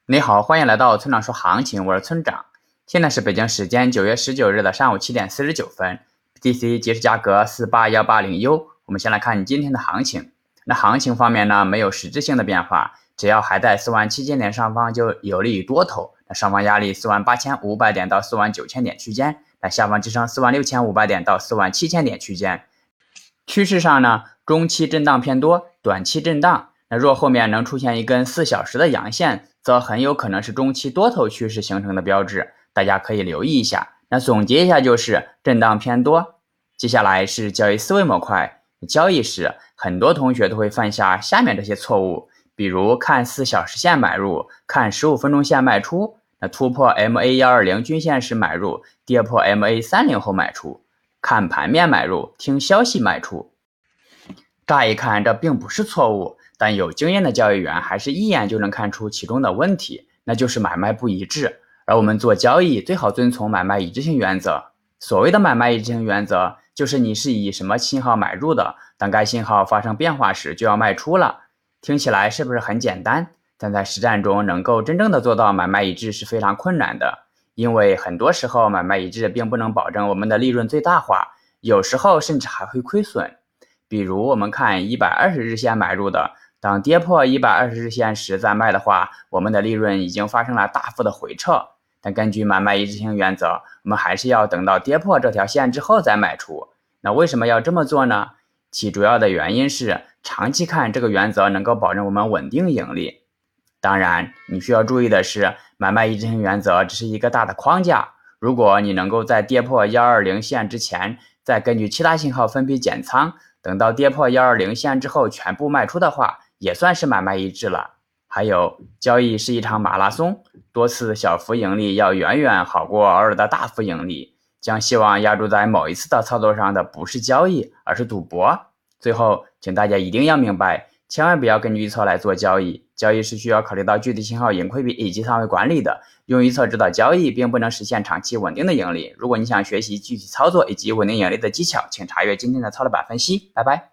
你好，欢迎来到村长说行情，我是村长。现在是北京时间9月19日的上午7点49分 ，BTC 即时价格48180U。我们先来看今天的行情。那行情方面呢，没有实质性的变化，只要还在47000点上方就有利于多头。那上方压力48500点到49000点区间，那下方支撑46500点到47000点区间。趋势上呢，中期震荡偏多，短期震荡。那若后面能出现一根4小时的阳线，则很有可能是中期多头趋势形成的标志，大家可以留意一下。那总结一下就是震荡偏多。接下来是交易思维模块。交易时，很多同学都会犯下下面这些错误，比如看4小时线买入，看15分钟线卖出，那突破 MA120 均线时买入，跌破 MA30 后卖出，看盘面买入，听消息卖出。乍一看这并不是错误，但有经验的交易员还是一眼就能看出其中的问题，那就是买卖不一致。而我们做交易最好遵从买卖一致性原则。所谓的买卖一致性原则，就是你是以什么信号买入的，当该信号发生变化时就要卖出了。听起来是不是很简单？但在实战中能够真正的做到买卖一致是非常困难的，因为很多时候买卖一致并不能保证我们的利润最大化，有时候甚至还会亏损。比如我们看120日线买入的，当跌破120日线时再卖的话，我们的利润已经发生了大幅的回撤。但根据买卖一致性原则，我们还是要等到跌破这条线之后再卖出。那为什么要这么做呢？其主要的原因是长期看这个原则能够保证我们稳定盈利。当然，你需要注意的是，买卖一致性原则只是一个大的框架。如果你能够在跌破120线之前，再根据其他信号分批减仓，等到跌破120线之后全部卖出的话，也算是买卖一致了。还有，交易是一场马拉松，多次小幅盈利要远远好过偶尔的大幅盈利。将希望压注在某一次的操作上的不是交易，而是赌博。最后，请大家一定要明白，千万不要根据预测来做交易。交易是需要考虑到具体信号、盈亏比以及仓位管理的。用预测指导交易并不能实现长期稳定的盈利。如果你想学习具体操作以及稳定盈利的技巧，请查阅今天的操作版分析。拜拜。